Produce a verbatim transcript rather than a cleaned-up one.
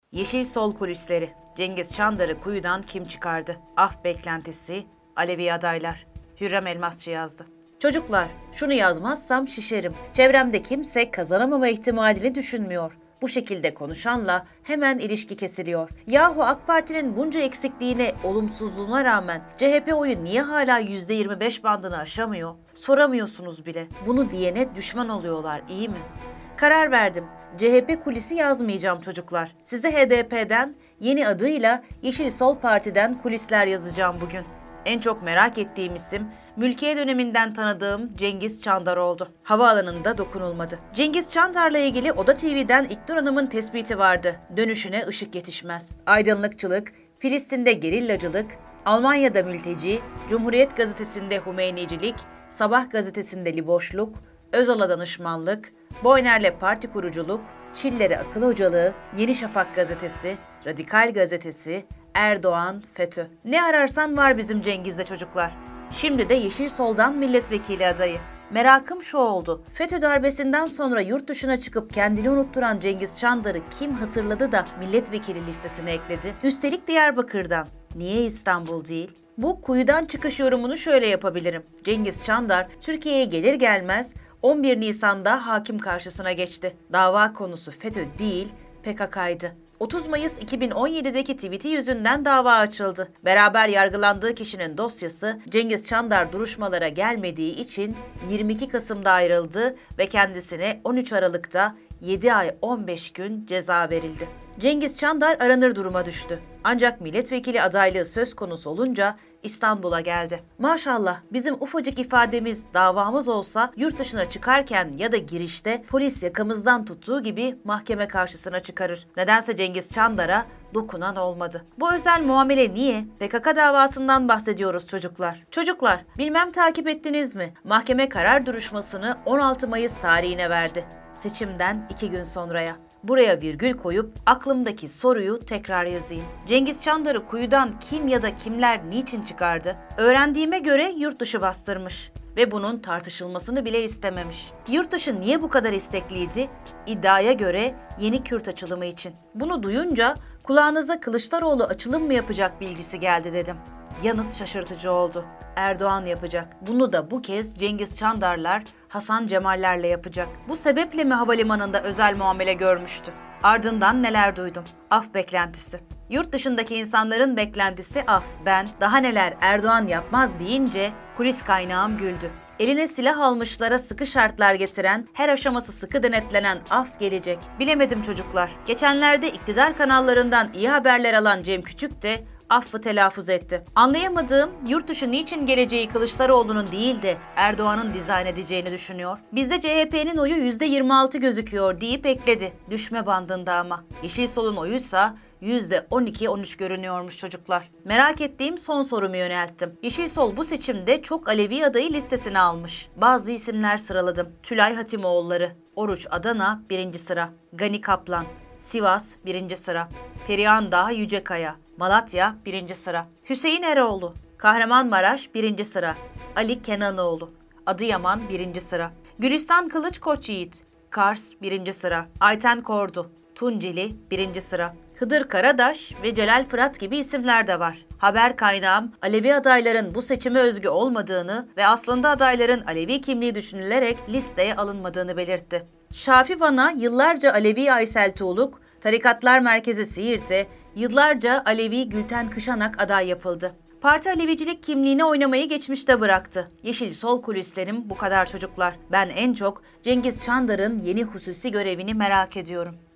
Yeşil Sol kulisleri. Cengiz Çandar'ı kuyudan kim çıkardı? Af beklentisi, Alevi adaylar. Hürrem Elmasçı yazdı. Çocuklar, şunu yazmazsam şişerim. Çevremde kimse kazanamama ihtimalini düşünmüyor. Bu şekilde konuşanla hemen ilişki kesiliyor. Yahu AK Parti'nin bunca eksikliğine, olumsuzluğuna rağmen C H P oyu niye hala yüzde yirmi beş bandını aşamıyor? Soramıyorsunuz bile. Bunu diyene düşman oluyorlar, iyi mi? Karar verdim. C H P kulisi yazmayacağım çocuklar. Size H D P'den, yeni adıyla Yeşil Sol Parti'den kulisler yazacağım bugün. En çok merak ettiğim isim, Mülkiye döneminden tanıdığım Cengiz Çandar oldu. Havaalanında dokunulmadı. Cengiz Çandar'la ilgili Oda T V'den İknur Hanım'ın tespiti vardı. Dönüşüne ışık yetişmez. Aydınlıkçılık, Filistin'de gerillacılık, Almanya'da mülteci, Cumhuriyet Gazetesi'nde Humeynicilik, Sabah gazetesinde liboşluk, Özal'a danışmanlık, Boyner'le parti kuruculuk, Çiller'e akıl hocalığı, Yeni Şafak gazetesi, Radikal gazetesi, Erdoğan, FETÖ. Ne ararsan var bizim Cengiz'de çocuklar. Şimdi de Yeşil Sol'dan milletvekili adayı. Merakım şu oldu. FETÖ darbesinden sonra yurt dışına çıkıp kendini unutturan Cengiz Çandar'ı kim hatırladı da milletvekili listesine ekledi? Üstelik Diyarbakır'dan. Niye İstanbul değil? Bu kuyudan çıkış yorumunu şöyle yapabilirim. Cengiz Çandar Türkiye'ye gelir gelmez on bir Nisan'da hakim karşısına geçti. Dava konusu FETÖ değil, P K K'ydı. otuz Mayıs iki bin on yedideki tweet'i yüzünden dava açıldı. Beraber yargılandığı kişinin dosyası Cengiz Çandar duruşmalara gelmediği için yirmi iki Kasım'da ayrıldı ve kendisine on üç Aralık'ta yedi ay on beş gün ceza verildi. Cengiz Çandar aranır duruma düştü. Ancak milletvekili adaylığı söz konusu olunca İstanbul'a geldi. Maşallah bizim ufacık ifademiz, davamız olsa yurt dışına çıkarken ya da girişte polis yakamızdan tuttuğu gibi mahkeme karşısına çıkarır. Nedense Cengiz Çandar'a dokunan olmadı. Bu özel muamele niye? P K K davasından bahsediyoruz çocuklar. Çocuklar, bilmem takip ettiniz mi? Mahkeme karar duruşmasını on altı Mayıs tarihine verdi. Seçimden iki gün sonraya. Buraya virgül koyup aklımdaki soruyu tekrar yazayım. Cengiz Çandar'ı kuyudan kim ya da kimler niçin çıkardı? Öğrendiğime göre yurt dışı bastırmış ve bunun tartışılmasını bile istememiş. Yurt dışı niye bu kadar istekliydi? İddiaya göre yeni Kürt açılımı için. Bunu duyunca kulağınıza Kılıçdaroğlu açılım mı yapacak bilgisi geldi dedim. Yanıt şaşırtıcı oldu. Erdoğan yapacak. Bunu da bu kez Cengiz Çandarlar, Hasan Cemallerle yapacak. Bu sebeple mi havalimanında özel muamele görmüştü? Ardından neler duydum? Af beklentisi. Yurt dışındaki insanların beklentisi af. Ben daha neler Erdoğan yapmaz deyince kulis kaynağım güldü. Eline silah almışlara sıkı şartlar getiren, her aşaması sıkı denetlenen af gelecek. Bilemedim çocuklar. Geçenlerde iktidar kanallarından iyi haberler alan Cem Küçük de affı telaffuz etti. Anlayamadığım yurt dışı niçin geleceği Kılıçdaroğlu'nun değil de Erdoğan'ın dizayn edeceğini düşünüyor. Bizde C H P'nin oyu yüzde yirmi altı gözüküyor deyip ekledi. Düşme bandında ama. Yeşil Sol'un oyuysa yüzde on iki on üç görünüyormuş çocuklar. Merak ettiğim son sorumu yönelttim. Yeşil Sol bu seçimde çok Alevi adayı listesine almış. Bazı isimler sıraladım. Tülay Hatimoğulları, Oruç Adana birinci sıra, Gani Kaplan, Sivas birinci sıra, Perihan Dağ Yücekaya, Malatya birinci sıra, Hüseyin Eroğlu, Kahramanmaraş birinci sıra, Ali Kenanoğlu, Adıyaman birinci sıra, Gülistan Kılıç Koçyiğit, Kars birinci sıra, Ayten Kordu, Tunceli birinci sıra, Hıdır Karadaş ve Celal Fırat gibi isimler de var. Haber kaynağım Alevi adayların bu seçime özgü olmadığını ve aslında adayların Alevi kimliği düşünülerek listeye alınmadığını belirtti. Şafi Van'a yıllarca Alevi Aysel Tuğluk, Tarikatlar Merkezi Siirt'e yıllarca Alevi Gülten Kışanak aday yapıldı. Parti Alevicilik kimliğini oynamayı geçmişte bıraktı. Yeşil Sol kulislerim bu kadar çocuklar. Ben en çok Cengiz Çandar'ın yeni hususi görevini merak ediyorum.